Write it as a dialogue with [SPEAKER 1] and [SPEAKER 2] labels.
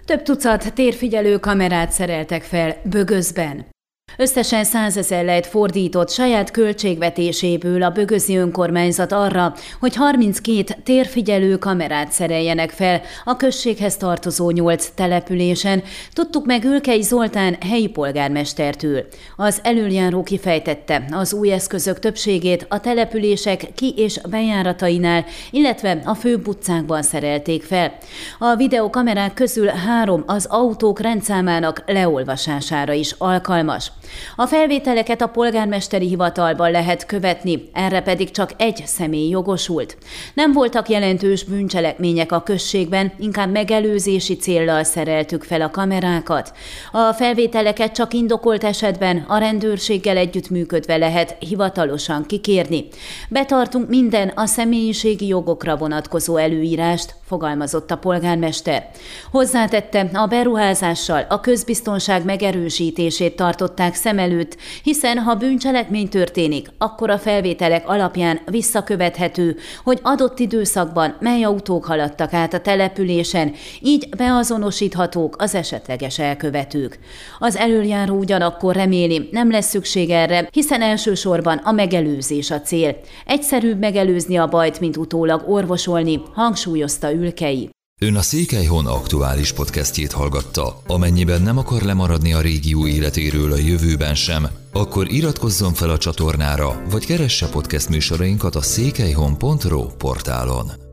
[SPEAKER 1] Több tucat térfigyelő kamerát szereltek fel Bögözben. Összesen 100 000 lejt fordított saját költségvetéséből a bögözi önkormányzat arra, hogy 32 térfigyelő kamerát szereljenek fel a községhez tartozó 8 településen, tudtuk meg Ülkei Zoltán helyi polgármestertől. Az elöljáró kifejtette, az új eszközök többségét a települések ki- és bejáratainál, illetve a főbb utcákban szerelték fel. A videokamerák közül 3 az autók rendszámának leolvasására is alkalmas. A felvételeket a polgármesteri hivatalban lehet követni, erre pedig csak egy személy jogosult. Nem voltak jelentős bűncselekmények a községben, inkább megelőzési céllal szereltük fel a kamerákat. A felvételeket csak indokolt esetben a rendőrséggel együttműködve lehet hivatalosan kikérni. Betartunk minden a személyiségi jogokra vonatkozó előírást, fogalmazott a polgármester. Hozzátette, a beruházással a közbiztonság megerősítését tartották szem előtt, hiszen ha bűncselekmény történik, akkor a felvételek alapján visszakövethető, hogy adott időszakban mely autók haladtak át a településen, így beazonosíthatók az esetleges elkövetők. Az elöljáró ugyanakkor reméli, nem lesz szükség erre, hiszen elsősorban a megelőzés a cél. Egyszerűbb megelőzni a bajt, mint utólag orvosolni, hangsúlyozta Ülkei.
[SPEAKER 2] Ön a Székelyhon aktuális podcastjét hallgatta. Amennyiben nem akar lemaradni a régió életéről a jövőben sem, akkor iratkozzon fel a csatornára, vagy keresse podcast műsorainkat a székelyhon.ro portálon.